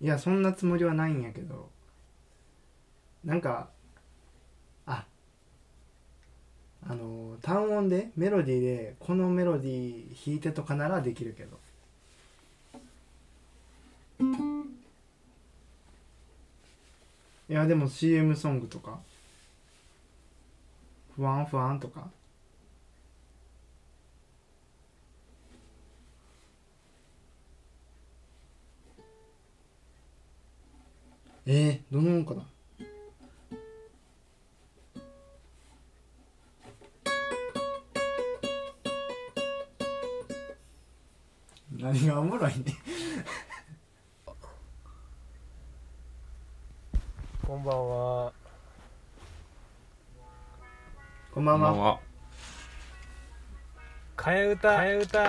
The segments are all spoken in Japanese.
やそんなつもりはないんやけど、なんか単音でメロディーでこのメロディー弾いてとかならできるけど、いやでも CM ソングとかふわんふわんとか、どの音かな。何がおもろいねこんばんは。 こんばんは。 替え歌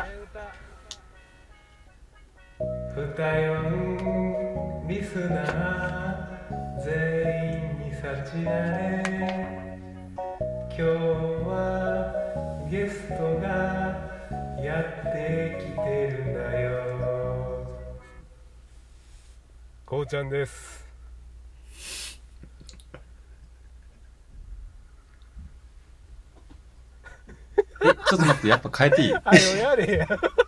歌よリスナー全員に幸あれ。今日はゲストがやってきてるんだよ。こうちゃんです。 ちょっと待って、やっぱ変えていい？ あよやれや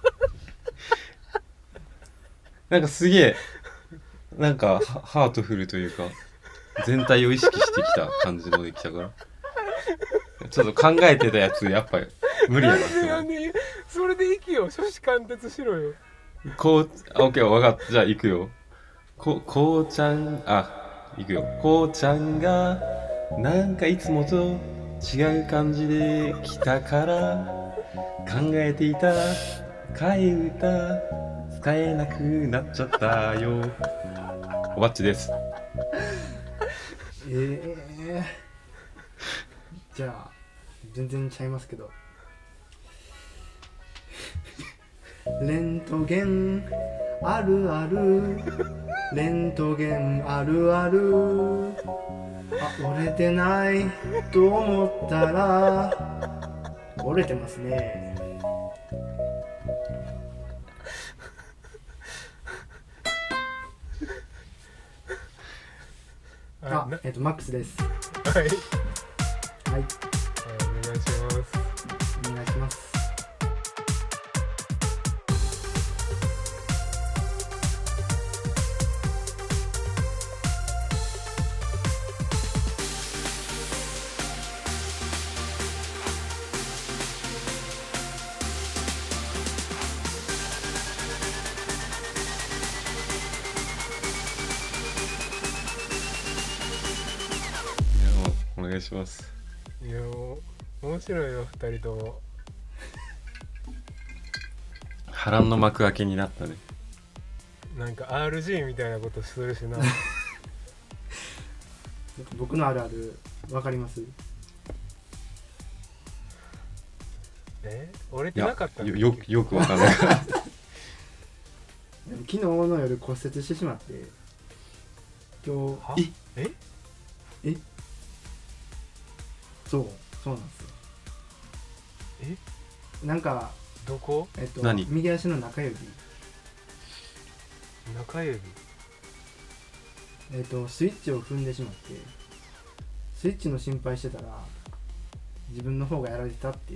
なんかすげえ、なんかハートフルというか、全体を意識してきた感じのできたから。ちょっと考えてたやつ、やっぱ無理やな。 なんでそれで息を初子貫徹しろよ。 オッケー、わかった。じゃあ行くよ。こうちゃん、行くよ。こうちゃんが、なんかいつもと違う感じで来たから、考えていた替え歌、使えなくなっちゃったよ。おばっちです。 じゃあ全然ちゃいますけどレントゲンあるあるレントゲンあるある折れてないと思ったら折れてますね。マックスです。 はい、 はい、 お願いします。 お願いします。 お願いします。 いや面白いよ2人とも。 波乱の幕開けになったね。 なんか RG みたいなことするしな僕のあるあるわかります？ 折れてなかったの？ よくわかんないから昨日の夜骨折してしまって今日そうなんですよ。なんかどこ？ 何？ 右足の中指スイッチを踏んでしまって、スイッチの心配してたら自分の方がやられてたって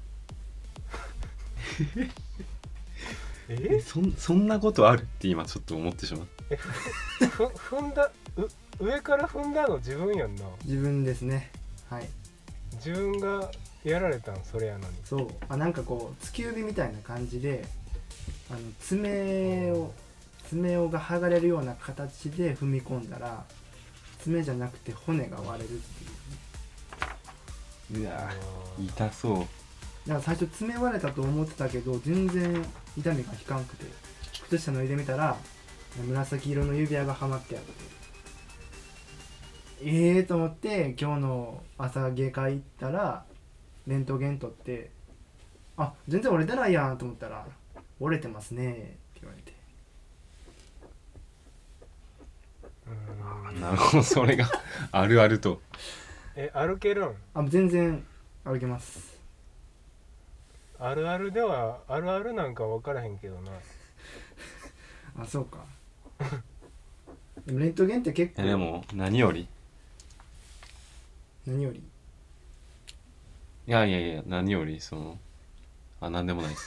いうそんなことあるって今ちょっと思ってしまう。 踏んだ上から踏んだの自分やんな。 自分ですね。はい、 自分がやられたんそれやのに。 そうなんかこう突き指みたいな感じで爪をが剥がれるような形で踏み込んだら爪じゃなくて骨が割れるっていう。 うわ痛そう。 だから最初爪割れたと思ってたけど全然痛みが引かんくて、靴下脱いでみたら紫色の指輪がはまってあって、と思って今日の朝外科行ったらレントゲン取って全然折れてないやんと思ったら折れてますねって言われて。 なるほど、それがあるあると。 歩けるん？ 全然歩けます。 あるあるではあるあるなんか分からへんけどなそうかでもレントゲンって結構でも何より何よりいや何よりそのなんでもないです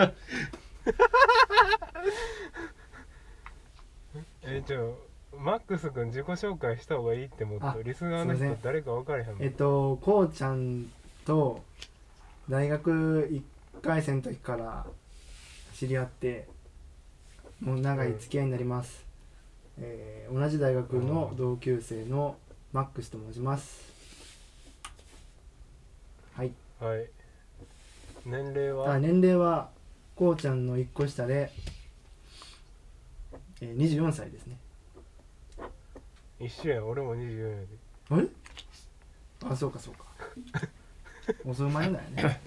じゃあマックス君自己紹介した方がいいってもっあとリスナーの人誰か分からへんもん。 こうちゃんと大学1回生の時から知り合ってもう長い付き合いになります、同じ大学の同級生のマックスと申します。はいはい。年齢は年齢はこうちゃんの1個下で、24歳ですね。 一緒やん、俺も24やで。 あれあ、そうかそうか遅生まれだよね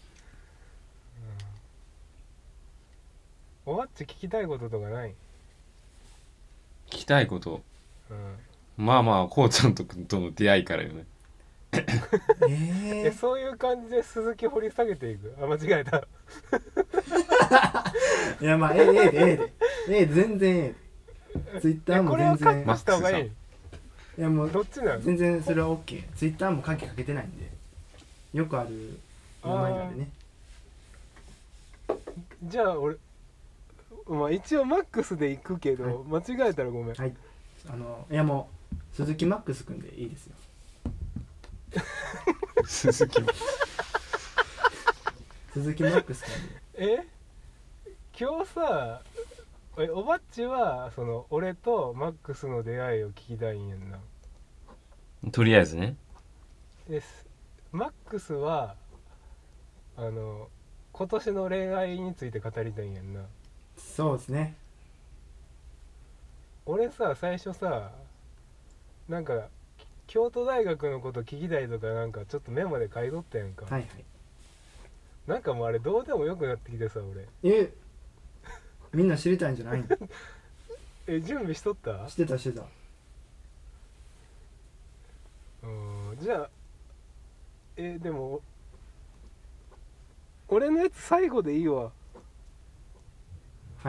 おわっち聞きたいこととかない？ 聞きたいこと、 うん、 まあこうちゃんとの出会いからよねそういう感じで鈴木掘り下げていく。間違えたいやまあ全然ツイッターも全然これはカットした方がいい。 いやもうどっちなの？ 全然それは OK。 ツイッターも鍵かけてないんでよくある名前なんでね。 じゃあ俺一応マックスで行くけど、間違えたらごめん。 はい、いやもう鈴木マックスくんでいいですよ鈴木マックスくんで。 今日さおばっちはその俺とマックスの出会いを聞きたいんやんな。 とりあえずね。 マックスは今年の恋愛について語りたいんやんな。 そうですね。 俺さ最初さなんか京都大学のこと聞きたいとかなんかちょっとメモで書いとったやんか。 はいはい。 なんかもうあれどうでもよくなってきてさ俺。 みんな知りたいんじゃないの準備しとった？ してた。 じゃあでも俺のやつ最後でいいわ。 はい。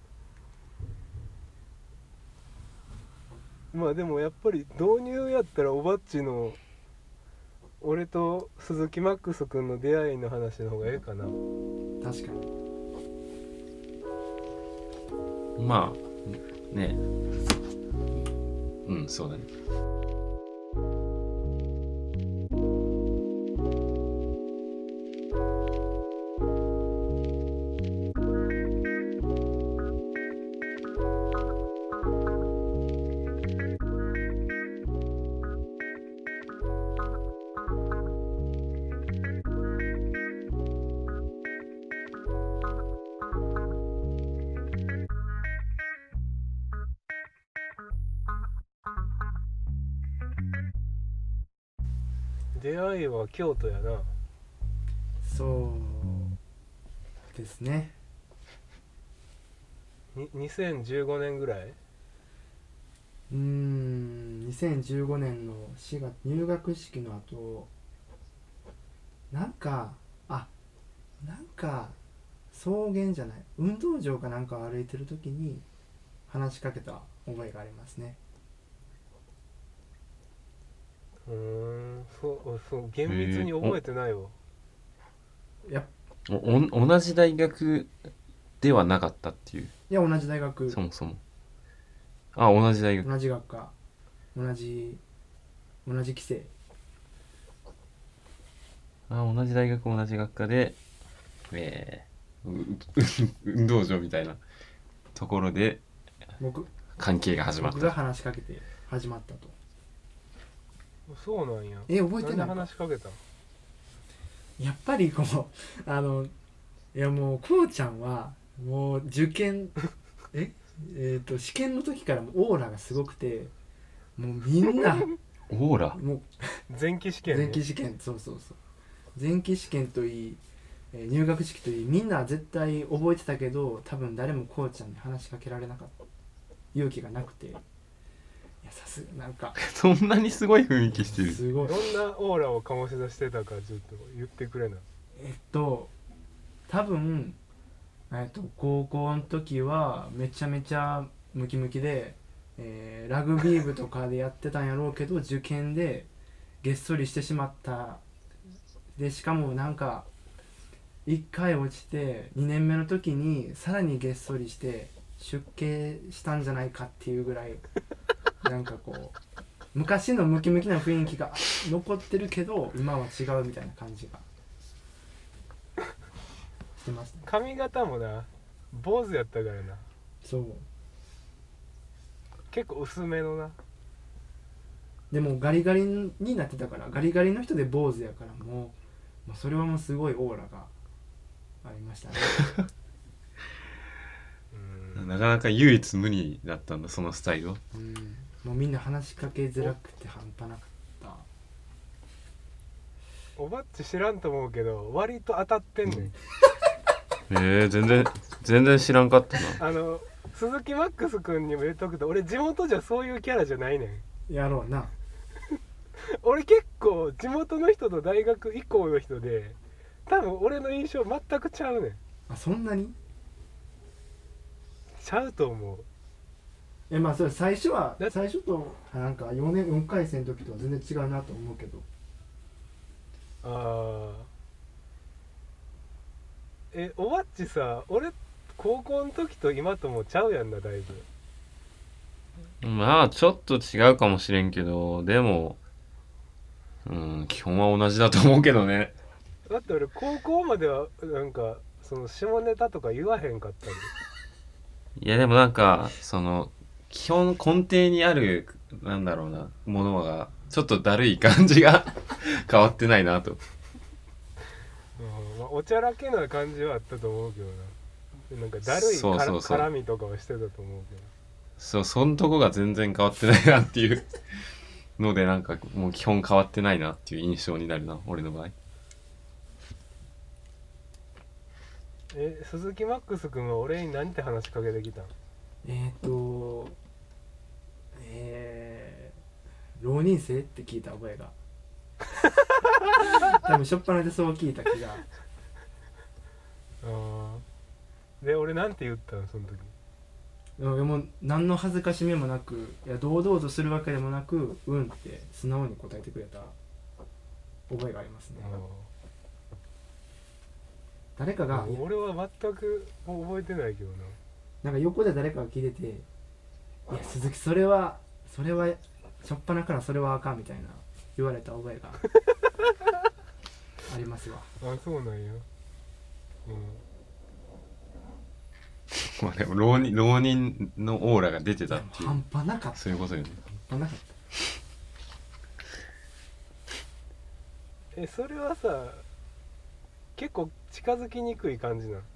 まあでもやっぱり導入やったらおばっちの俺と鈴木マックス君の出会いの話の方がええかな。 確かに。 まあね、そうだね。 出会いは京都やな。 そうですね。 2015年ぐらい 2015年の4月入学式の後なんか草原じゃない運動場かなんか歩いてる時に話しかけた覚えがありますね。 そう厳密に覚えてないわ。 同じ大学ではなかったっていう。 いや同じ大学。 そもそも同じ大学、 同じ学科、同じ期生。 同じ大学同じ学科で運動場みたいなところで関係が始まった。 僕が話しかけて始まったと。 そうなんや。 覚えてないか。 何で話しかけた？ やっぱりこういやもうこうちゃんはもう受験試験の時からもオーラがすごくてもうみんなオーラもう前期試験、ね、 前期試験そう前期試験といい入学式といいみんな絶対覚えてたけど多分誰もこうちゃんに話しかけられなかった勇気がなくて。いやさすがなんかそんなにすごい雰囲気してる。 すごい。 どんなオーラを醸し出してたかちょっと言ってくれな。 多分高校の時はめちゃめちゃムキムキでラグビー部とかでやってたんやろうけど受験でげっそりしてしまった。でしかもなんか1回落ちて2年目の時にさらにげっそりして出家したんじゃないかっていうぐらいなんかこう昔のムキムキな雰囲気が残ってるけど今は違うみたいな感じがしてますね。 髪型もな坊主やったからな。 そう結構薄めのな。 でもガリガリになってたから、ガリガリの人で坊主やからもうそれはもうすごいオーラがありましたね。 なかなか唯一無二だったんだそのスタイルを。 もうみんな話しかけづらくて半端なかった。 おばっち知らんと思うけど割と当たってんねん。 全然知らんかったな。 鈴木マックス君にも言っとくと、俺地元じゃそういうキャラじゃないねん。 やろうな。 俺結構地元の人と大学以降の人で多分俺の印象全くちゃうねん。 あ、そんなにちゃうと思う。 まあそれ最初となんか4回生の時とは全然違うなと思うけど。 おばっちさ、俺高校の時と今ともちゃうやんな、だいぶ。 まあちょっと違うかもしれんけど、でも基本は同じだと思うけどね。 だって俺高校まではなんかその下ネタとか言わへんかったんで。 いやでもなんかその基本根底にあるなんだろうなものがちょっとだるい感じが変わってないなと。 まあ、おちゃらけな感じはあったと思うけどな。なんかだるい絡みとかはしてたと思うけど。 そんとこが全然変わってないなっていうので、なんかもう基本変わってないなっていう印象になるな、俺の場合。 鈴木マックス君は俺に何て話しかけてきたん？ 浪人生って聞いた覚えが多分しょっぱなでそう聞いた気が。 で俺なんて言ったのその時。 もう何の恥ずかしみもなく、いや堂々とするわけでもなく、うんって素直に答えてくれた覚えがありますね。誰かが、 俺は全く覚えてないけどな。 なんか横で誰かが聞いてて、いや鈴木それはしょっぱなからそれはあかんみたいな言われた覚えがありますわ。 あ、そうなんや。 まあでも浪人のオーラが出てたっていう。 半端なかった。 そういうことよね。 半端なかった。それはさ、結構近づきにくい感じな。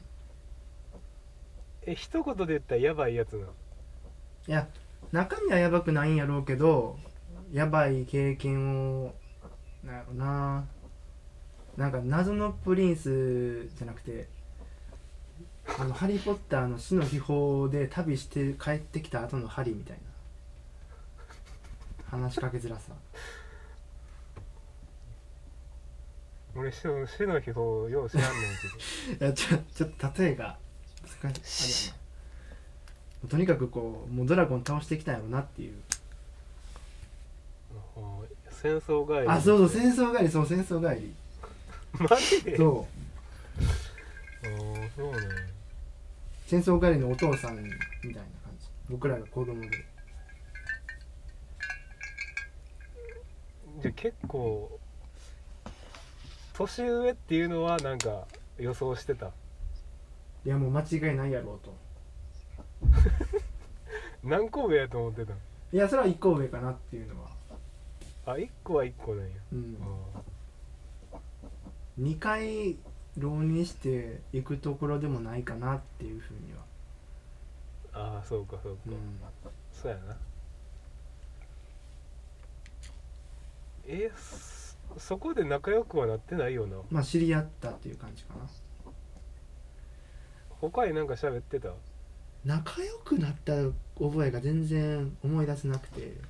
一言で言ったらやばいやつな。 いや中身はやばくないんやろうけど、やばい経験をなんか謎のプリンスじゃなくて、ハリーポッターの死の秘宝で旅して帰ってきた後のハリーみたいな話しかけづらさ。 俺死の秘宝よう知らんねんけど。 いやちょっと例えが難しい。とにかくこうもうドラゴン倒してきたんやろなっていう。 戦争帰り。 あ、そう戦争帰り。そう戦争帰り。 マジで？ そう。 そうね。 戦争帰りのお父さんみたいな感じ。僕らが子供で。 じゃあ結構年上っていうのはなんか予想してた？ いやもう間違いないやろうと。 何個上やと思ってた？ いやそれは1個上かなっていうのは。 あ、1個は1個なんや。 2回浪人していくところでもないかなっていうふうには。 ああ、そうかそうか。そうやな。そこで仲良くはなってないよな。 まあ知り合ったっていう感じかな。 他になんか喋ってた？ 仲良くなった覚えが全然思い出せなくて、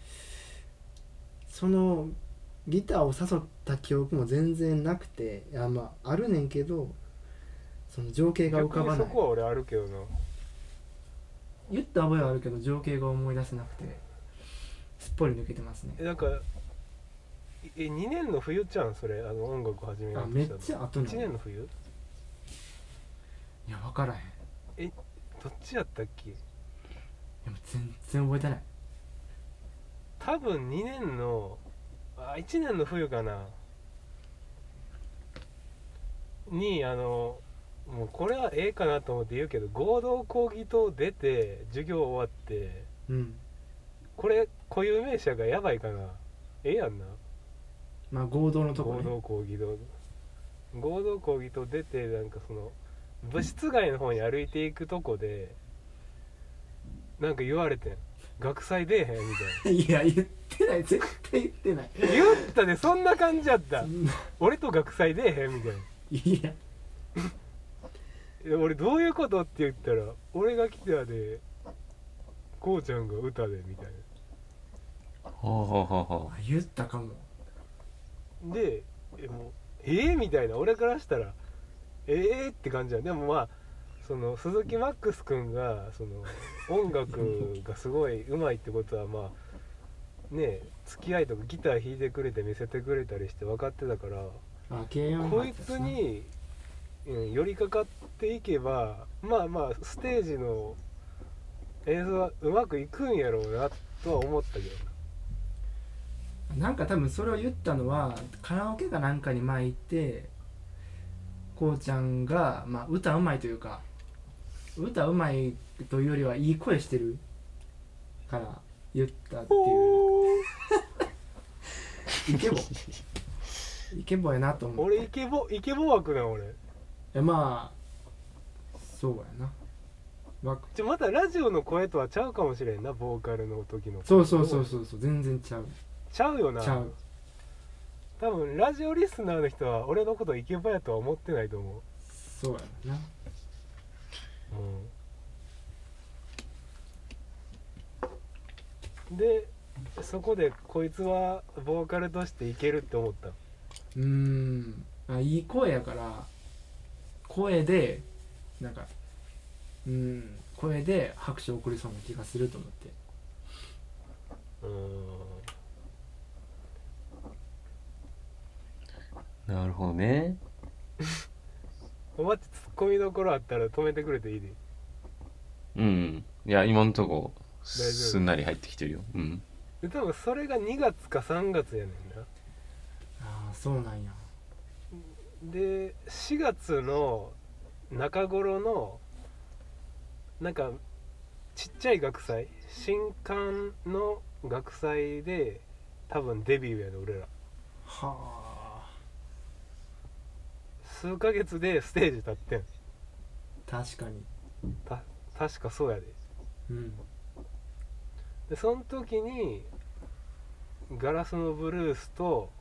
そのギターを誘った記憶も全然なくて、いやまああるねんけどその情景が浮かばない。 そこは俺あるけどな。 言った覚えはあるけど情景が思い出せなくてすっぽり抜けてますね。 なんか2年の冬ちゃんそれ音楽始めようとめっしたのちゃ後の 1年の冬いや分からへん。 どっちやったっけ。 でも全然覚えてない。 多分2年の1年の冬かなにもうこれはええかなと思って言うけど合同講義棟出て授業終わってうんこれ固有名詞がやばいかな。ええやんな。 まあ合同のとこね。 合同講義棟出てなんかその部室街の方に歩いていくとこでなんか言われてん学祭出えへんみたいな。 いや言ってない、絶対言ってない。 言ったでそんな感じやった。 そんな俺と学祭出えへんみたいいやな。俺どういうことって言ったら俺が来てやでこうちゃんが歌でみたいほうほうほうほ言ったかも。 な。でもうみたいな俺からしたらって感じやん。でもまあその鈴木マックス君がその音楽がすごい上手いってことはまあね付き合いとかギター弾いてくれて見せてくれたりして分かってたから軽音こいつに、寄りかかっていけばまあまあステージの映像はうまくいくんやろうなとは思ったけどなんか多分それを言ったのはカラオケかなんかに前行ってこうちゃんが、まあ、歌うまいというか歌うまいというよりはいい声してるから言ったっていうイケボイケボやなと思って。 俺イケボ枠な俺まあそうやな。 またラジオの声とはちゃうかもしれんなボーカルの時のそう全然ちゃうよな。 ちゃう。 多分ラジオリスナーの人は俺のことイケボやとは思ってないと思う。 そうやな。 でそこでこいつはボーカルとしていけるって思った。 いい声やから声でなんか声で拍手を送りそうな気がすると思って。 なるほどね。 おばっちツッコミどころあったら止めてくれていいで。 うんいや今んとこ大丈夫すんなり入ってきてるよ。 で多分それが2月か3月やねんな。 そうなんや。 で4月の中頃のなんかちっちゃい学祭新刊の学祭で多分デビューやで俺ら。 はあ数ヶ月でステージ立ってん。 確かに。 確かそうやで。でその時にガラスのブルースと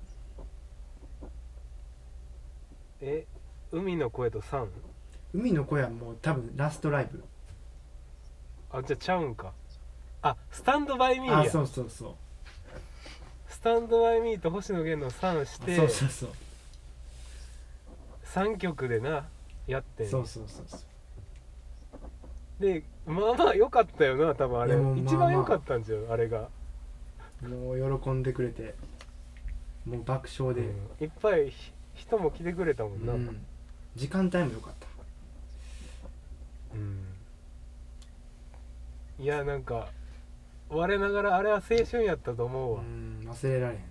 海の声とサン。 海の声はもう多分ラストライブ。 じゃあちゃうんか。スタンドバイミーや。 そうスタンドバイミーと星野源のサンしてそう 3曲でなやってん。 そうでまあまあ良かったよな多分あれ。 も一番良かったんですよあれが。 もう喜んでくれてもう爆笑で、 いっぱい人も来てくれたもんな。 時間帯も良かった。 いやなんか我ながらあれは青春やったと思うわ。 忘れられへんな。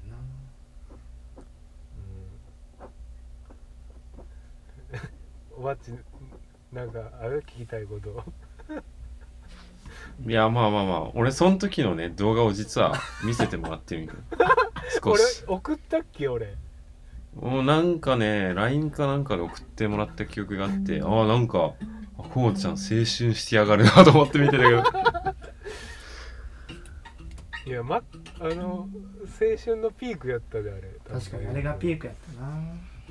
おばっちなんかあれ聞きたいこといやまあ俺その時のね動画を実は見せてもらってるんよ少し。 俺送ったっけ俺。 もうなんかね LINE かなんかで送ってもらった記憶があってなんかこうちゃん青春してやがるなと思って見てたけどいや青春のピークやったであれ。 確かにあれがピークやったな。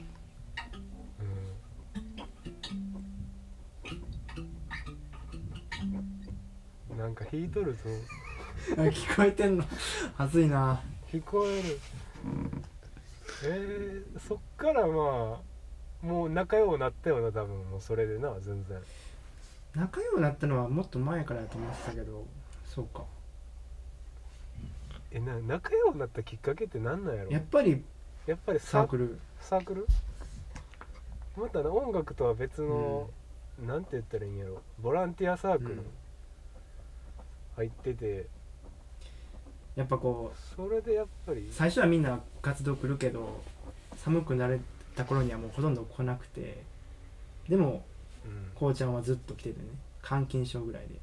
なんか弾いとるぞ聞こえてんのはずいな。 聞こえる。そっからまあもう仲良くなったよな多分もうそれでな全然。 仲良くなったのはもっと前からだと思ってたけど、そうか。 仲良くなったきっかけって何なんやろ。 やっぱりサークル。 サークルまた音楽とは別の、なんて言ったらいいんやろ、ボランティアサークル入ってて、 やっぱこうそれでやっぱり最初はみんな活動来るけど、寒くなれた頃にはもうほとんど来なくて、でもこうちゃんはずっと来ててね、監禁症ぐらいで。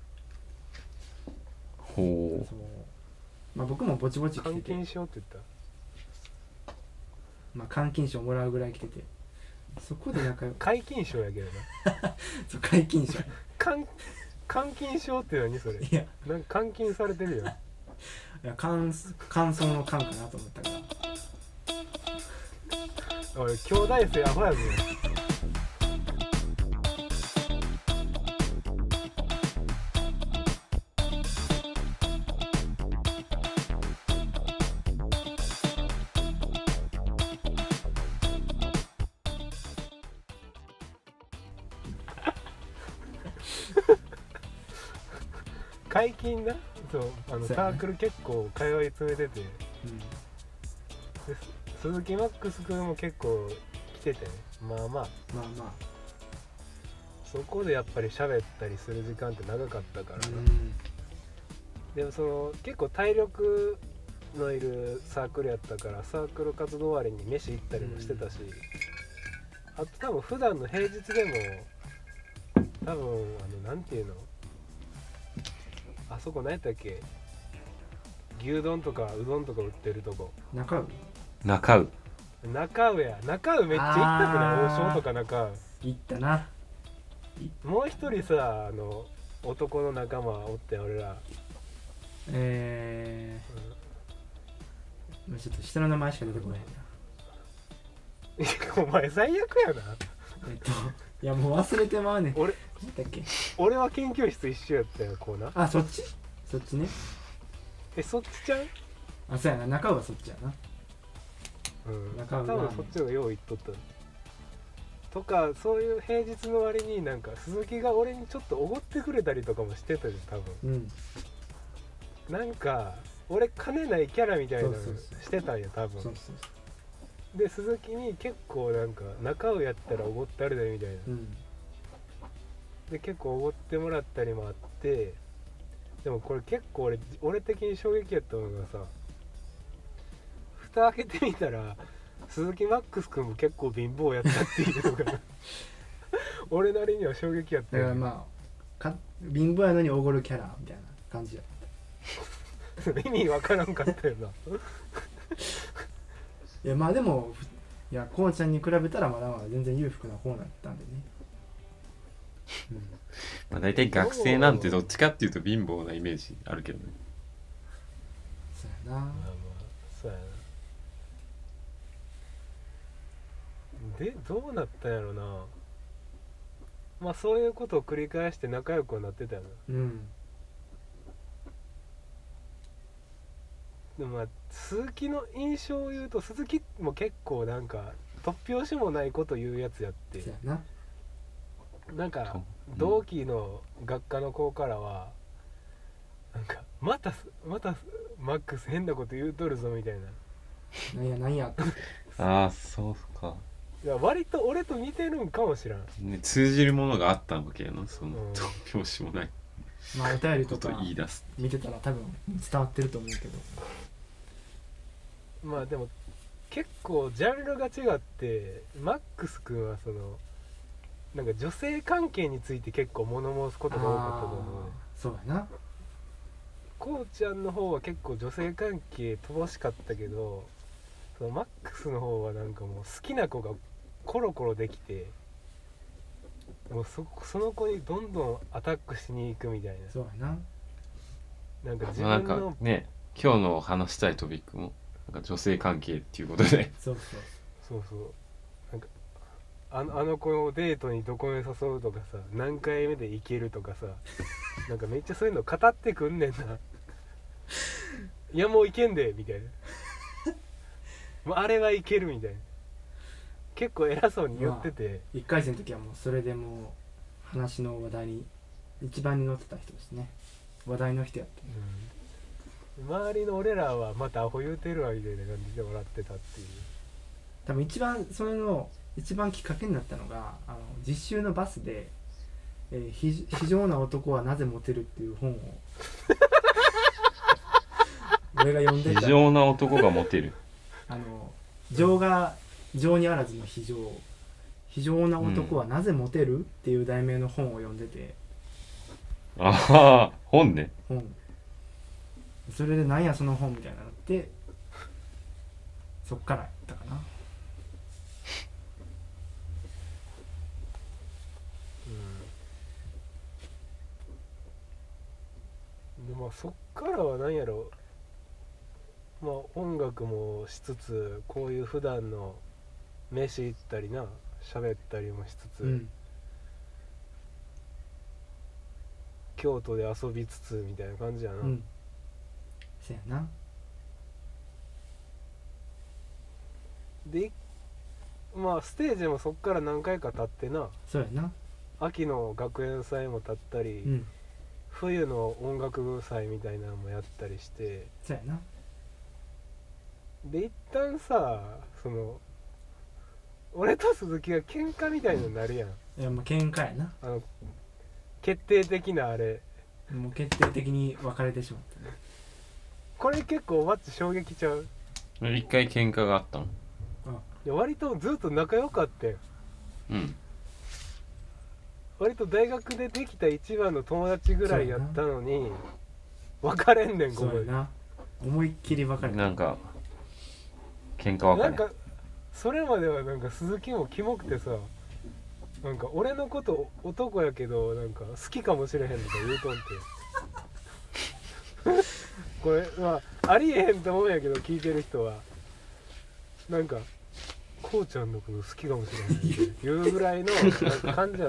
ほそう、まあ僕もぼちぼち来てて、 監禁症って言った、 まあ監禁症もらうぐらい来てて、そこで仲良く皆勤賞やけどなそう監禁症監禁症って何それ。 いやなんか監禁されてるよ。 いや乾燥の乾かなと思ったから。 おい兄弟生アホやぞ。解禁な。そうそうやねサークル結構通い詰めてて、で鈴木マックス君も結構来ててね、まあまあまあまあ、 そこでやっぱり喋ったりする時間って長かったからな、でもその結構体力のいるサークルやったから、サークル活動終わりに飯行ったりもしてたし、あと多分普段の平日でも多分なんていうの、あそこ何やったっけ、牛丼とかうどんとか売ってるとこ、 仲良う。中う。 中尾や、中尾めっちゃ行ったくない？王将とか中尾行ったな。 もう一人さ、男の仲間おって俺ら、 もうちょっと下の名前しか出てこないな。 お前最悪やな。 いやもう忘れてまうねん。 俺何だっけ。 俺は研究室一緒やったよ、こうな。 あ、そっちね。 そっちちゃう？ あ、そうやな、中尾はそっちやな。 多分そっちの方がよう言っとったとか、そういう平日の割になんか鈴木が俺にちょっとおごってくれたりとかもしてたで、多分なんか俺金ないキャラみたいなのしてたんや多分。で鈴木に結構なんか中尾やったらおごってあるでみたいな、で結構おごってもらったりもあって、でもこれ結構俺的に衝撃やったのがさ、蓋開けてみたら鈴木マックス君も結構貧乏やったっていうのが俺なりには衝撃やったよ、 だからまあ貧乏やのにおごるキャラみたいな感じや意味わからんかったよな。 いやまあでも、いやこうちゃんに比べたらまだまだ全然裕福な方だったんでね。 まあ大体学生なんてどっちかっていうと貧乏なイメージあるけどね。 そうやな。 まあまあそうやな。でどうなったんやろな。まあそういうことを繰り返して仲良くはなってたよな。でもまあ鈴木の印象を言うと、鈴木も結構なんか突拍子もないこと言うやつやって、 そうやな。 なんか同期の学科の子からはなんかまたマックス変なこと言うとるぞみたいな。 なんやって。 ああ、そうか。 いや割と俺と似てるんかもしらん、 ね、通じるものがあったわけやな、その突拍子もないまあお便りこととか言い出す。 見てたら多分伝わってると思うけど。 まあでも結構ジャンルが違って、マックス君はそのなんか女性関係について結構物申すことが多かったと思うね。 そうやな。 こうちゃんの方は結構女性関係乏しかったけど、そのマックスの方はなんかもう好きな子がコロコロできて、もうその子にどんどんアタックしに行くみたいな。 そうやな。 なんか自まあなん分のかね、今日の話したいトピックもなんか女性関係っていうことでそうなんかあの子をデートにどこへ誘うとかさ、何回目で行けるとかさなんかめっちゃそういうの語ってくんねんな。いやもう行けんでみたいなもうあれはいけるみたいな、結構偉そうに言ってて、 1回戦の時はもうそれでもう話の話題に一番に載ってた人ですね。話題の人やった。 周りの俺らはまたアホ言うてるわみたいな感じで笑ってたっていう。 多分一番それの一番きっかけになったのが実習のバスで、非常な男はなぜモテるっていう本を俺が読んでた。 非常な男がモテる。 情にあらずの非常な男はなぜモテる、っていう題名の本を読んでて。 ああ、本ね。 それでなんやその本みたいなのってそっからやったかな。 でまあそっからは何やろ、まあ音楽もしつつ、こういう普段の飯行ったりな喋ったりもしつつ、京都で遊びつつみたいな感じやな。 そやな。 でまあステージもそっから何回か経ってな。 そうやな。 秋の学園祭も経ったり、冬の音楽祭みたいなのもやったりして。 そうやな。 で一旦さ、その俺と鈴木が喧嘩みたいになるやん。 いやもう喧嘩やな。 決定的なあれ。 もう決定的に別れてしまったね。 これ結構マッチ衝撃ちゃう？ 一回喧嘩があったの。 いや割とずっと仲良かったよ。割と大学でできた一番の友達ぐらいやったのに別れんねん。 そうやな。思いっきり別れた。 なんか喧嘩別れ。 なんかそれまではなんか鈴木もキモくてさ、なんか俺のこと男やけどなんか好きかもしれへんとか言うとんてこれまあありえへんと思うんやけど、聞いてる人はなんかこうちゃんのこと好きかもしれへんって言うぐらいのなんか感じやって、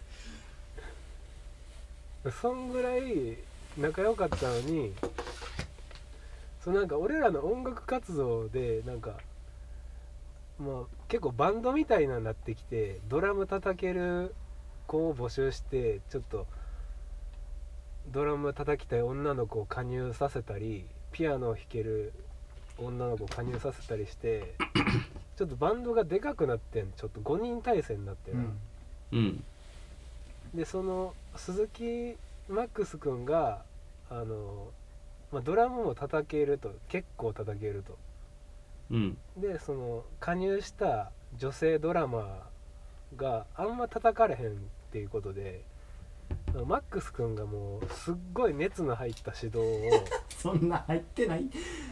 そんぐらい仲良かったのに、なんか俺らの音楽活動でなんかもう結構バンドみたいなになってきて、ドラム叩ける子を募集して、ちょっとドラム叩きたい女の子を加入させたり、ピアノを弾ける女の子を加入させたりしてちょっとバンドがでかくなってん。ちょっと5人体制になってん、でその鈴木マックス君がドラムも叩けると、結構叩けると、でその加入した女性ドラマーがあんま叩かれへんっていうことで、マックス君がもうすっごい熱の入った指導をそんな入ってない。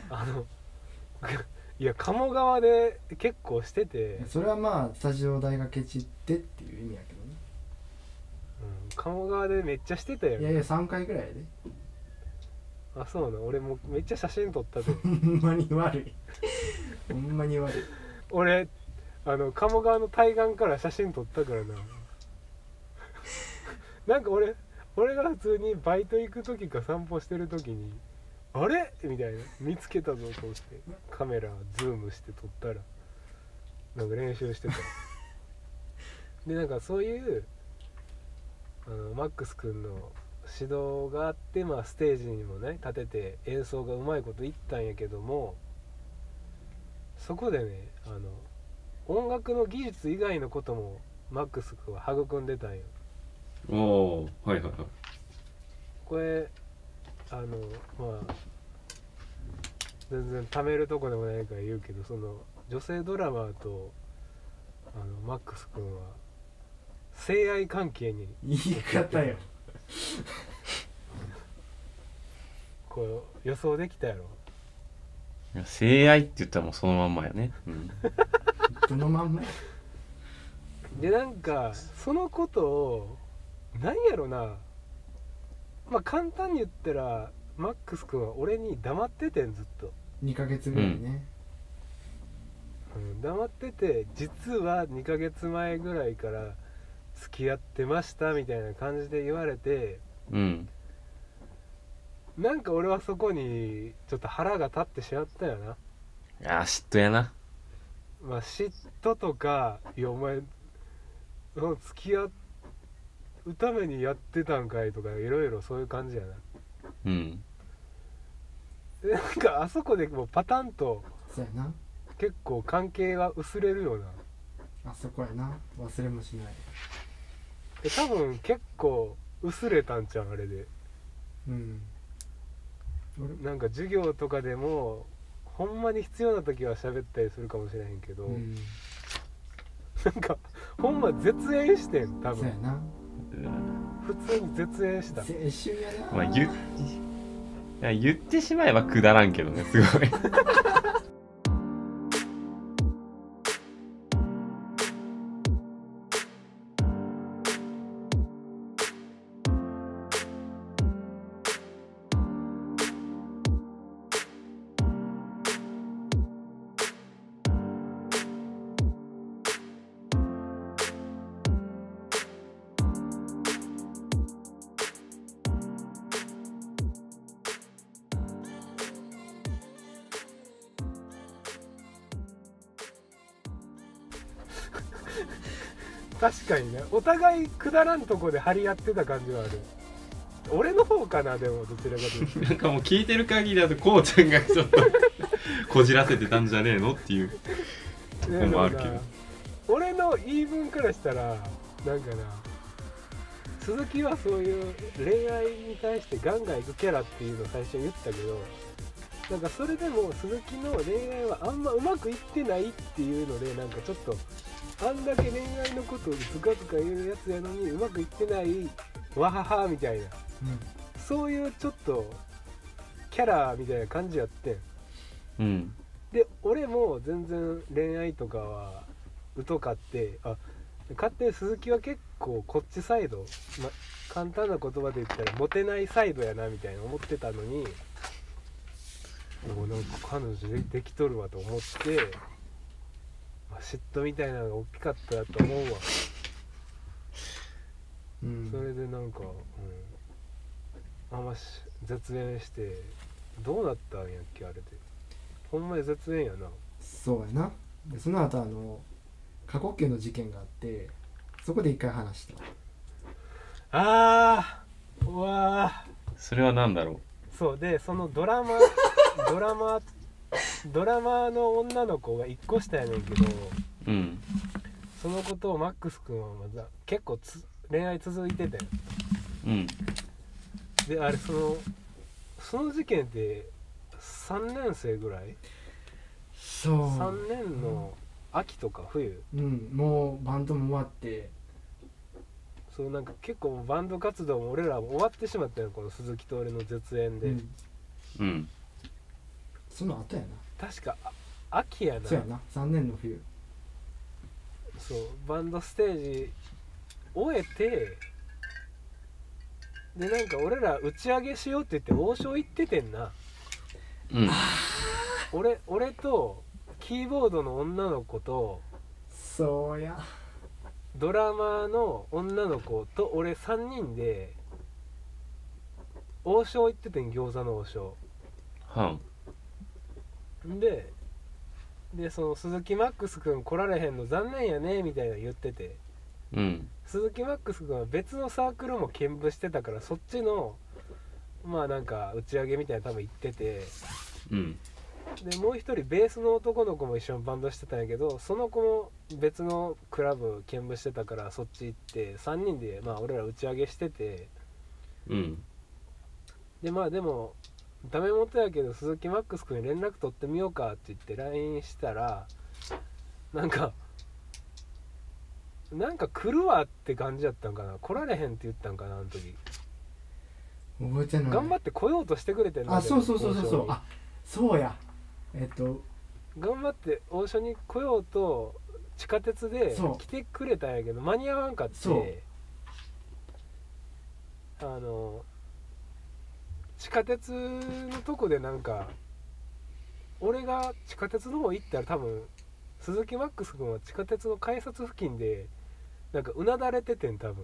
いや鴨川で結構してて、 それはまあスタジオ代がケチってっていう意味やけどね。 鴨川でめっちゃしてたよ。 いやいや3回ぐらいやで。 あ、そうな。俺もめっちゃ写真撮ったでほんまに悪いほんまに悪い。 俺鴨川の対岸から写真撮ったからななんか俺が普通にバイト行く時か散歩してる時にあれみたいな、見つけたぞと思ってカメラズームして撮ったらなんか練習してたでなんかそういうマックス君の指導があって、まあステージにもね立てて演奏がうまいこといったんやけども、そこでね音楽の技術以外のこともマックス君は育んでたんよ。 おお、はいはいはい。 これまあ全然貯めるとこでもないから言うけど、その女性ドラマーとマックス君は性愛関係に言い方よこう予想できたやろ。 いや性愛って言ったらもうそのまんまやね。 どのまんまや。 でなんかそのことを何やろな、まあ簡単に言ったらマックス君は俺に黙っててん、ずっと 2ヶ月ぐらいね、 黙ってて、実は2ヶ月前ぐらいから付き合ってましたみたいな感じで言われて、なんか俺はそこにちょっと腹が立ってしまったよな。 いや嫉妬やな。 まあ嫉妬とか、いやお前付き合っためにやってたんかいとかいろいろそういう感じやな。 うんでなんかあそこでもうパタンとそうやな、 結構関係が薄れるような。 あそこやな、忘れもしない。 多分結構薄れたんちゃうあれで。 うんなんか授業とかでもほんまに必要な時は喋ったりするかもしれへんけど、 うんなんかほんま絶縁してん多分。 そうやな、 普通に絶縁した。 青春やな。 まあいや言ってしまえばくだらんけどねすごい確かにね、お互いくだらんとこで張り合ってた感じはある。俺の方かな、でもどちらかというとなんかもう聞いてる限りだとこうちゃんがちょっとこじらせてたんじゃねえのっていうね、 もあるけどなんか俺の言い分からしたらなんかな、鈴木はそういう恋愛に対してガンガンいくキャラっていうのを最初言ったけど、なんかそれでも鈴木の恋愛はあんまうまくいってないっていうので、なんかちょっとあんだけ恋愛のことをズカズカ言うやつやのにうまくいってないわははみたいな、そういうちょっとキャラみたいな感じやってん。 うんで俺も全然恋愛とかは疎かって、勝手に鈴木は結構こっちサイド、簡単な言葉で言ったらモテないサイドやなみたいな思ってたのに、もうなんか彼女できとるわと思って、嫉妬みたいなのが大きかったと思うわ。それでなんか、絶縁してどうなったんやっけあれで。ほんまに絶縁やな。 そうやな。でその後過呼吸の事件があって、そこで一回話した。 うわそれは何だろそうで、そのドラマの女の子が1個下やねんけど、 う。うんそのことをマックス君はまだ結構恋愛続いてて、 うんであれその事件って3年生ぐらい、 そう 3年の秋とか冬、 もうバンドも終わって、 そうなんか結構バンド活動も俺らも終わってしまったよ、この鈴木と俺の絶縁で、 うんその後やな。 確か秋やな。 そうやな、3年の冬。 そうバンドステージ終えて、でなんか俺ら打ち上げしようって言って王将行っててんな。 うん俺とキーボードの女の子とそうや、 ドラマーの女の子と俺3人で王将行っててん、餃子の王将はんでその鈴木マックス君来られへんの残念やねみたいな言ってて、 うん鈴木マックス君は別のサークルも兼務してたから、そっちのなんか打ち上げみたいな多分行ってて、 うんでもう一人ベースの男の子も一緒にバンドしてたんやけど、その子も別のクラブ兼務してたからそっち行って3人で俺ら打ち上げしてて、 うんででもダメ元やけど鈴木マックス君に連絡取ってみようかって言って LINE したら、なんか来るわって感じやったんかな、来られへんって言ったんかな、あの時覚えてない。 頑張って来ようとしてくれてんの。 そうそうや、 頑張って王将に来ようと地下鉄でそう来てくれたんやけど間に合わんかって、地下鉄のとこでなんか俺が地下鉄の方行ったら多分鈴木マックス君は地下鉄の改札付近でなんかうなだれててん多分、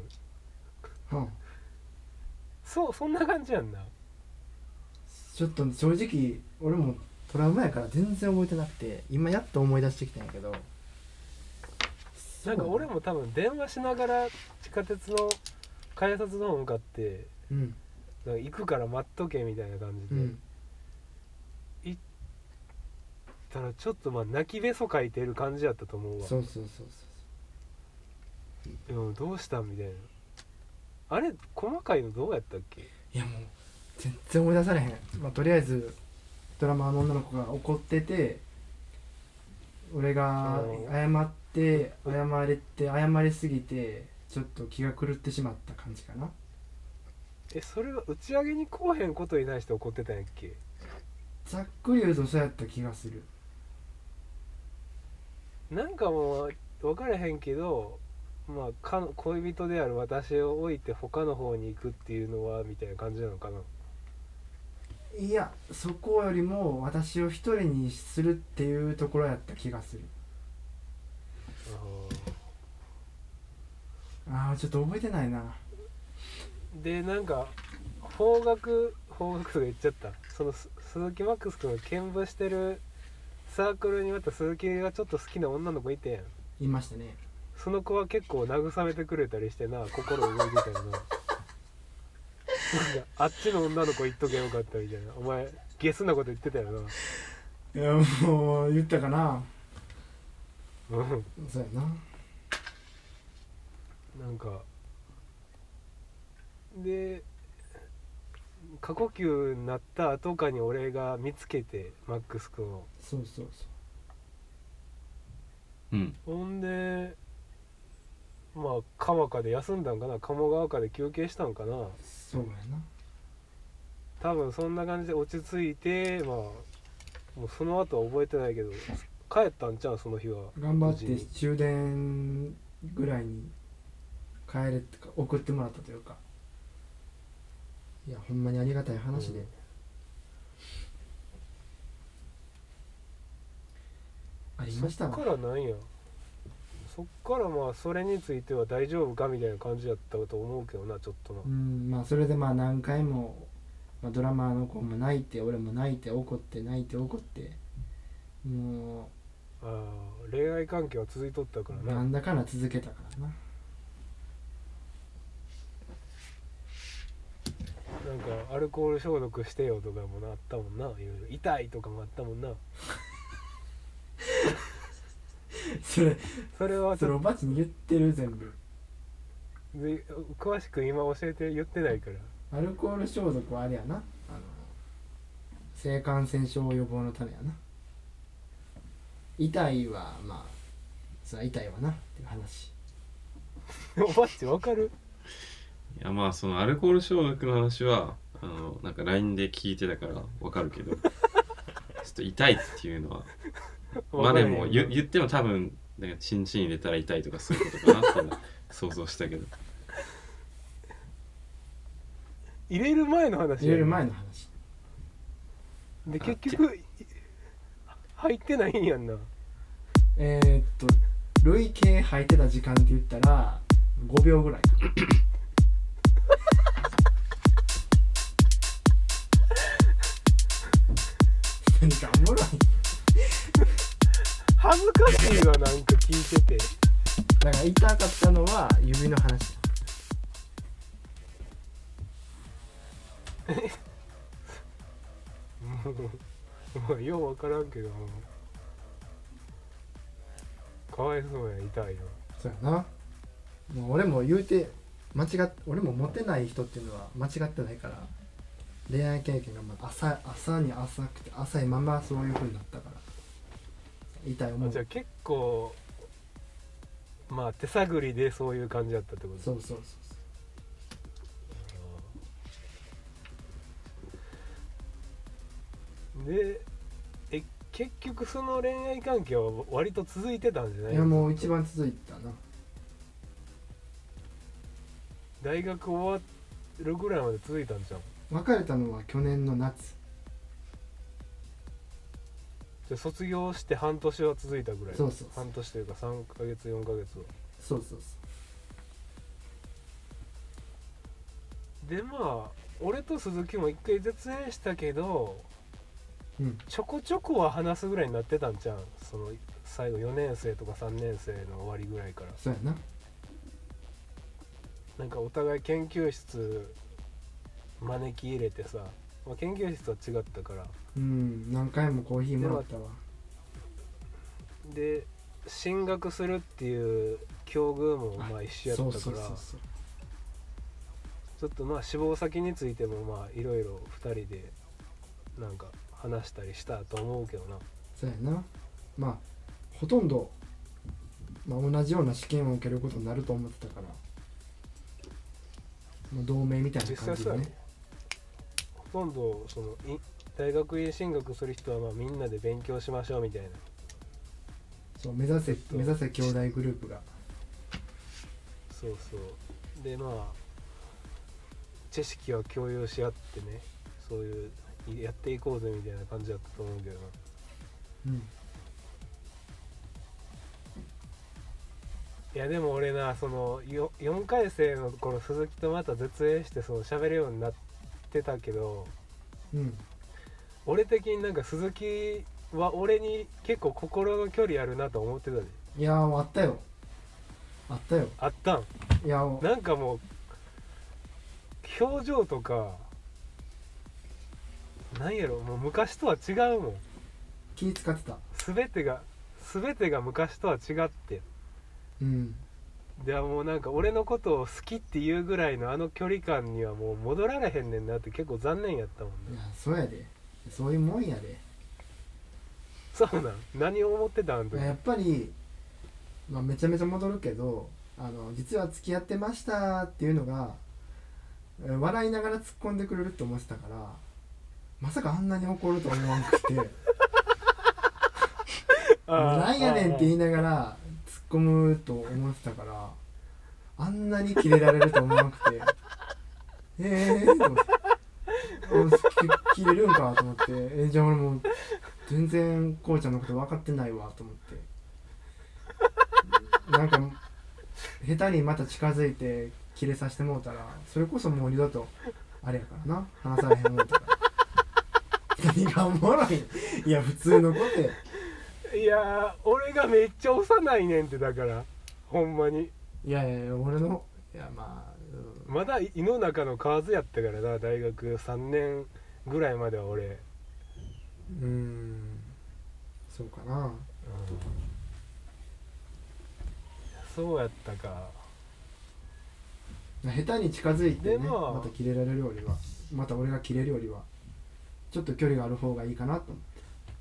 そんな感じやんな。 ちょっと正直俺もトラウマやから全然覚えてなくて、今やっと思い出してきたんやけど、 なんか俺も多分電話しながら地下鉄の改札の方向かってうんなんか行くから待っとけみたいな感じで、 うん行ったらちょっとまあ泣きべそかいてる感じやったと思うわ。 そうそうそうでもどうしたんみたいな。あれ細かいのどうやったっけ。 いやもう全然思い出されへん、まあ、とりあえずドラマーの女の子が怒ってて俺が謝って謝りすぎてちょっと気が狂ってしまった感じかな。 それは打ち上げに来おへんことに対して怒ってたんやっけ。 ざっくり言うとそうやった気がする。 なんかもう分からへんけど、まあ恋人である私を置いて他の方に行くっていうのはみたいな感じなのかな。 いやそこよりも私を一人にするっていうところやった気がする。ちょっと覚えてないな。 でなんか方角とか言っちゃった。その鈴木マックス君が兼務してるサークルにまた鈴木がちょっと好きな女の子いてやん。 言いましたね。 その子は結構慰めてくれたりしてな、心動いてたよな。なんかあっちの女の子言っとけよかったみたいな。お前ゲスなこと言ってたよな。 いやもう言ったかな。 うんそうやな。 なんかで過呼吸になった後かに俺が見つけてマックス君を。 そうそうそうん。 ほんでまあ川かで休んだんかな、鴨川かで休憩したんかな。 そうやな。 多分そんな感じで落ち着いて、まあもうその後は覚えてないけど帰ったんちゃう、その日は。 頑張って無事に終電ぐらいに帰れってか送ってもらったというか、いやほんまにありがたい話で、ありましたわ。 そっからなんや、そっからまあそれについては大丈夫かみたいな感じだったと思うけどな、ちょっとな。 まあそれでまあ何回も、まあ、ドラマーの子も泣いて俺も泣いて怒って泣いて怒っても恋愛関係は続いとったからな。 うなんだかんだ続けたからな。 なんかアルコール消毒してよとかもなあったもんな、いろいろ痛いとかもあったもんな。 それはちょっおばちに言ってる全部。 とで詳しく今教えて言ってないから。 アルコール消毒はあれやな、性感染症予防のためやな。痛いはまあそれは痛いわなっていう話。 おばっちわかる。 いやまあそのアルコール消毒の話はなんか LINE で聞いてたからわかるけどちょっと痛いっていうのはまあでも言っても多分なんかチンチン入れたら痛いとかそういうことかなって想像したけど入れる前の話。 入れる前の話で結局入ってないんやんな。 累計吐いてた時間って言ったら5秒ぐらいか何かおもろい。 恥ずかしいわ、なんか聞いてて。 だから痛かったのは指の話。 もうよう分からんけどかわいそうや、痛いよ。 そうやな。もう俺も言うて俺もモテない人っていうのは間違ってないから、恋愛経験がまあ朝に浅くて浅いままそういう風になったから痛い思う。 じゃあ結構まあ手探りでそういう感じだったってこと。 そうそうそうで結局その恋愛関係は割と続いてたんじゃない？ いやもう一番続いたな。 大学終わるぐらいまで続いたんじゃん。 別れたのは去年の夏。 じゃあ卒業して半年は続いたぐらい。 そうそうそう、 半年というか3ヶ月4ヶ月は。 そうそうそでまあ俺と鈴木も一回絶縁したけど、 う。 ちょこちょこは話すぐらいになってたんじゃん。その最後4年生とか3年生の終わりぐらいから。 そうやな。 なんかお互い研究室招き入れてさ、まあ、研究室は違ったからうん何回もコーヒーもらったわ。 で進学するっていう境遇もまあ一緒やったから、 そうちょっとまあ志望先についてもまあいろいろ2人でなんか話したりしたと思うけどな。 そうやな。まあほとんど、まあ、同じような試験を受けることになると思ってたから、もう同盟みたいな感じでね。 ほとんどその大学院進学する人はまあみんなで勉強しましょうみたいな。 そう目指せ兄弟グループが。 そうそうでまあ知識は共有し合ってね、そういうやっていこうぜみたいな感じだったと思うけどな。 うんいやでも俺な、その4回生の頃鈴木とまた絶縁してその喋るようになってたけど、 うん俺的になんか鈴木は俺に結構心の距離あるなと思ってたで。 いやーあったよあったん。 いやなんかもう表情とかなんやろ、もう昔とは違うもん。 気使ってた。 全てが昔とは違って、 うんでもうなんか俺のことを好きっていうぐらいのあの距離感にはもう戻られへんねんなって結構残念やったもんね。 いやそうやで、そういうもんやで。 そうなん、何を思ってたんだ。 やっぱり、まあ、めちゃめちゃ戻るけど、実は付き合ってましたっていうのが笑いながら突っ込んでくれるって思ってたから、まさかあんなに怒ると思わなくてもうなんやねんって言いながら突っ込むと思ってたから、あんなにキレられると思わなくてと思ってキレるんかと思って、じゃあ俺もう全然こうちゃんのこと分かってないわと思って、なんか下手にまた近づいてキレさせてもうたら、それこそもう二度とあれやからな、話されへんもんとか何がおもろい。いや普通のことや。 いや俺がめっちゃ幼いねんって、だからほんまに。 いや俺のいやまあ、 まだ胃の中の蛙やったからな、大学3年ぐらいまでは俺。 そうかな。 そうやったか。 下手に近づいてね、 でもまたキレられるよりは、また俺がキレるよりはちょっと距離がある方がいいかなと思って。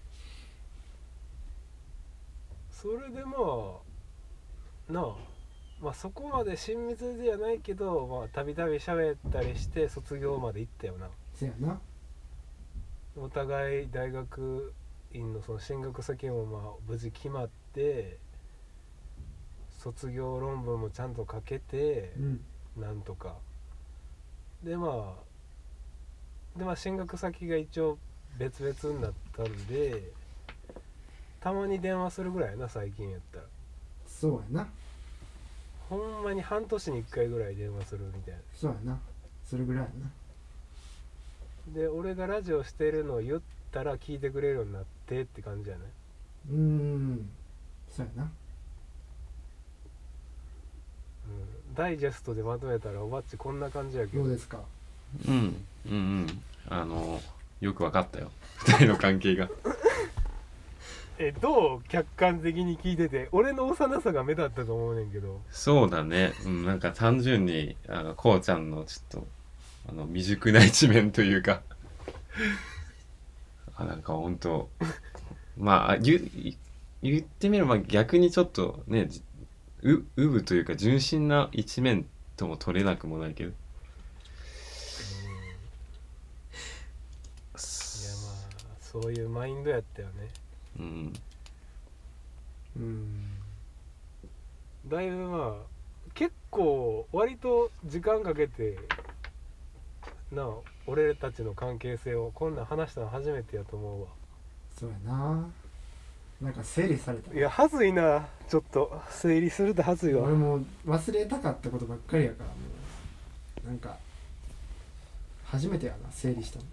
それでまあなあ、まあそこまで親密ではないけど、まあたびたび喋ったりして卒業まで行ったよな。 せやな。 お互い大学院のその進学先もまあ無事決まって、卒業論文もちゃんと書けて、なんとかでまあ進学先が一応別々になったんで、たまに電話するぐらいやな最近やったら。 そうやな。 ほんまに半年に1回ぐらい電話するみたいな。 そうやな。それぐらいやな。 で俺がラジオしてるのを言ったら聞いてくれるようになってって感じやね。 そうやな。 ダイジェストでまとめたらおばっちこんな感じやけど。 どうですか。 よく分かったよ2人の関係がどう客観的に聞いてて、俺の幼さが目立ったと思うねんけど。 そうだね、なんか単純にこうちゃんのちょっと未熟な一面というかなんかほんとまあ言ってみれば逆にちょっとねうぶというか純真な一面とも取れなくもないけど、いやまあそういうマインドやったよね。だいぶまあ結構割と時間かけてなあ、俺たちの関係性をこんなん話したの初めてやと思うわ。 そうやな。なんか整理された。 いやはずいな、ちょっと整理するとはずいわ。 俺も忘れたかったことばっかりやから、もうなんか初めてやな、整理したの。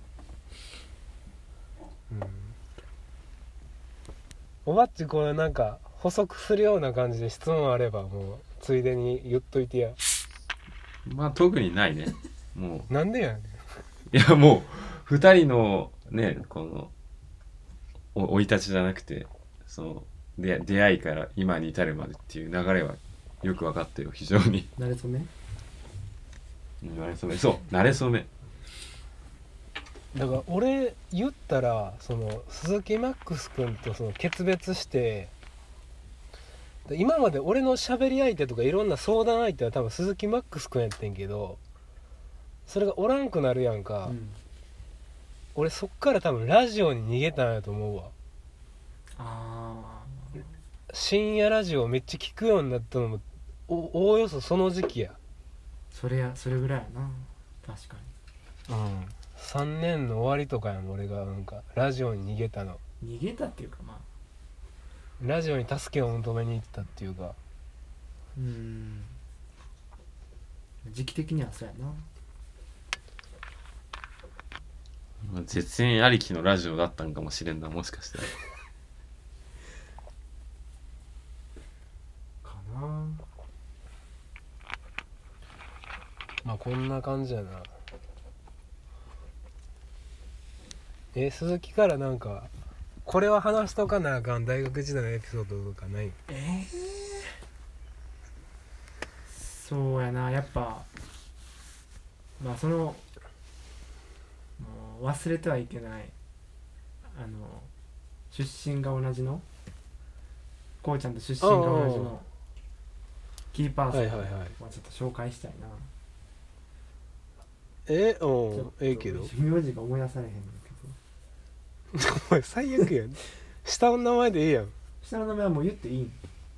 おばっちこれなんか補足するような感じで質問あればもうついでに言っといてや。 まあ特にないね。もなんでやねん。 ういやもう2人のねこの生い立ちじゃなくてその出会いから今に至るまでっていう流れはよく分かったよ非常に。 慣れ初め。 慣れ初めそう慣れ初め。 だから俺言ったらその鈴木マックス君とその決別して今まで俺の喋り相手とかいろんな相談相手は多分鈴木マックス君やってんけどそれがおらんくなるやんか、俺そっから多分ラジオに逃げたんやと思うわ。 あ深夜ラジオめっちゃ聞くようになったのもおおよそその時期や。 それぐらいやな。確か 3年の終わりとかやん俺がなんかラジオに逃げたの。 に逃げたっていうかまあラジオに助けを求めに行ったっていうか時期的にはそうやな。 絶縁ありきのラジオだったんかもしれんなもしかしたら。 かな。 まあこんな感じやな。鈴木からなんかこれは話しとかなあかん大学時代のエピソードとかない？ そうやな。やっぱまあそのもう忘れてはいけない出身が同じのこうちゃんと出身が同じのキーパーソンをちょっと紹介したいな。 ええけど名字が思い出されへんねんけど。 お前最悪やん。下の名前でええやん。 下の名前はもう言っていいん？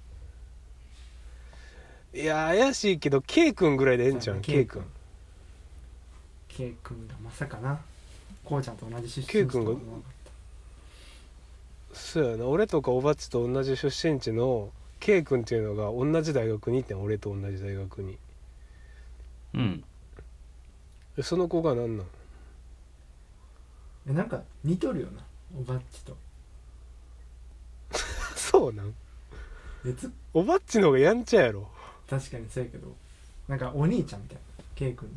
いや怪しいけど K 君ぐらいでええんちゃうん。 K 君 K 君がまさかなこうちゃんと同じ出身地。 K 君がそうやな。俺とかおばっちと同じ出身地の K 君っていうのが同じ大学にいてん。俺と同じ大学に。その子が何なん？ なんか似とるよなおばっちと。 そうなん？おばっちの方がやんちゃやろ。 確かにそうやけどなんかお兄ちゃんみたいな K 君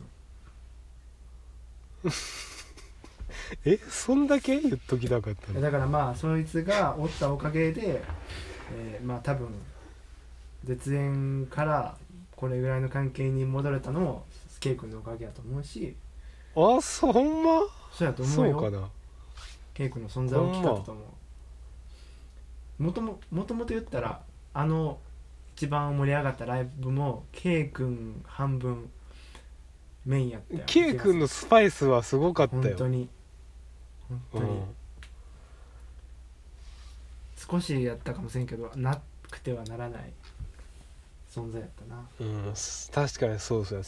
の。 そんだけ言っときたかったの？ だからまあそいつがおったおかげで、まあ多分絶縁からこれぐらいの関係に戻れたのも K 君のおかげやと思うし。 あ、そうほんま？ そうやと思うよ。 そうかな。 K 君の存在は大きかったと思う。もともと言ったら一番盛り上がったライブも K 君半分メインやったよ。 K 君のスパイスはすごかったよ。 本当に少しやったかもしれんけどなくてはならない存在やったな。 確かにそうや。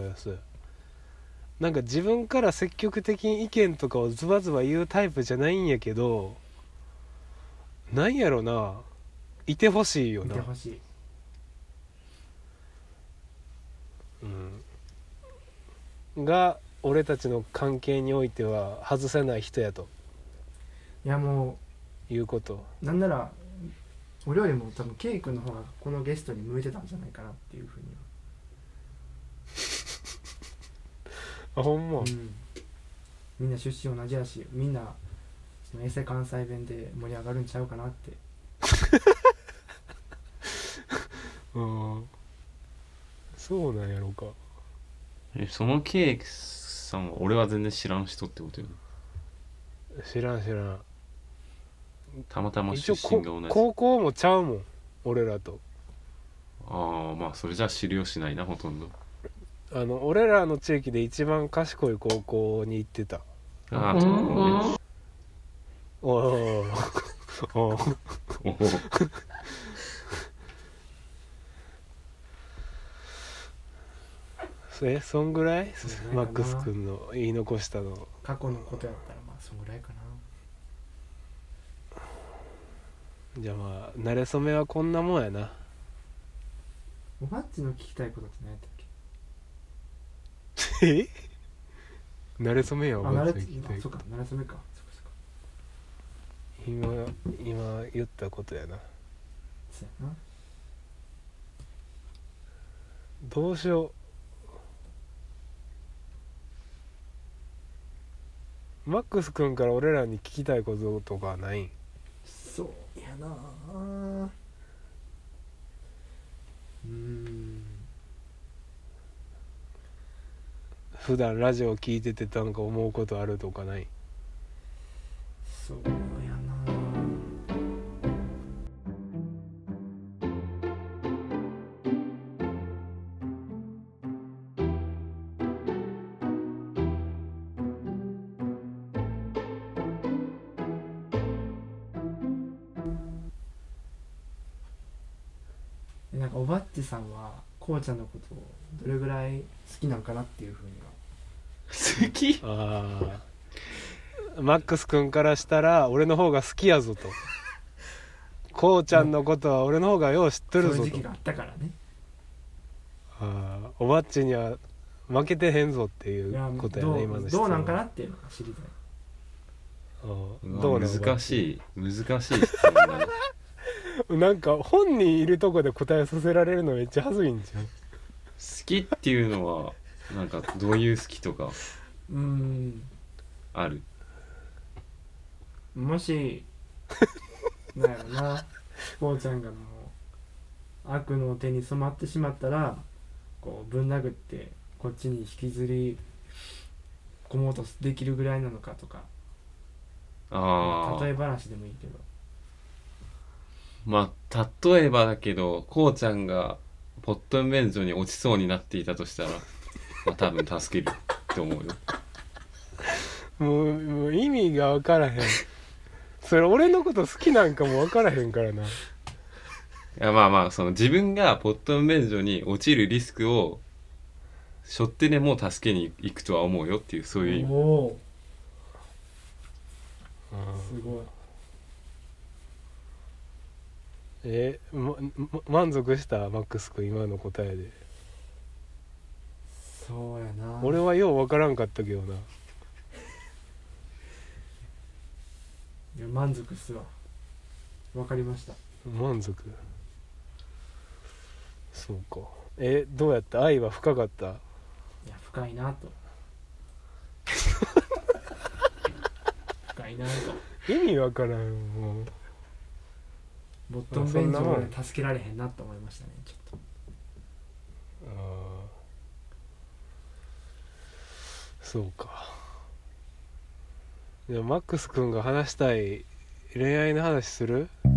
なんか自分から積極的に意見とかをズバズバ言うタイプじゃないんやけどなんやろないてほしいよな。 いてほしい。 が俺たちの関係においては外せない人やと。 いやもういうことなんなら俺よりも多分 K 君の方がこのゲストに向いてたんじゃないかなっていうふうにあ、ほんま、 みんな出身同じやしみんなそのエセ関西弁で盛り上がるんちゃうかなってそうなんやろうか。 その K さんは俺は全然知らん人ってことよね。 知らんたまたま出身が同じ。 高校もちゃうもん俺らと。 ああまあそれじゃ知りよしないなほとんど。 俺らの地域で一番賢い高校に行ってた。 ああそうね。 おおそんぐらいマックス君の言い残したの。 過去のことやったらまあそんぐらいかな。 じゃあまあ慣れ初めはこんなもんやな。 おばっちの聞きたいことって何やったっけ？ 慣れ初めやおばっちの聞きたい。 そうか慣れ初めか。 今言ったことやな。 そうやな。 どうしよマックス君から俺らに聞きたいこととかないん？ そうやな。 普段ラジオ聞いててなんか思うことあるとかない？ そうやな。なんかおばっちさんはこうちゃんのことをどれぐらい好きなんかなっていうふうには。 好き？ ああ、マックス君からしたら俺の方が好きやぞと、こうちゃんのことは俺の方がよう知ってるぞと。 そういう時期があったからね。 ああ、おばっちには負けてへんぞっていいうやことやね、今の質問。 どうなんかなっていうのが知りたい。 ああ、 どう難しい質問だね。 なんか本人いるとこで答えさせられるのめっちゃ恥ずいんじゃん。 好きっていうのはなんかどういう好きとかある？ もしなんやろな、こうちゃんがもう悪の手に染まってしまったらこうぶん殴ってこっちに引きずり込もうとできるぐらいなのかとか、 あ例え話でもいいけど。 まあ例えばだけど、こうちゃんがポット便所に落ちそうになっていたとしたら、まあ、多分助けるって思うよ。 もう意味が分からへん。それ俺のこと好きなんかも分からへんからな。 いやまあまあ、その自分がポット便所に落ちるリスクを背負ってでも助けに行くとは思うよっていう、そういう意味。 おお、すごい。 満足したマックス君今の答えで？ そうやな。 俺はよう分からんかったけどな。 いや満足っすわ。わかりました。 満足。そうか。どうやった？愛は深かった？ いや深いなと深いなと。 意味分からんもう。 ボットン便所で助けられへんなと思いましたね、ちょっと。 ああ、そうか。じゃあマックス君が話したい恋愛の話する？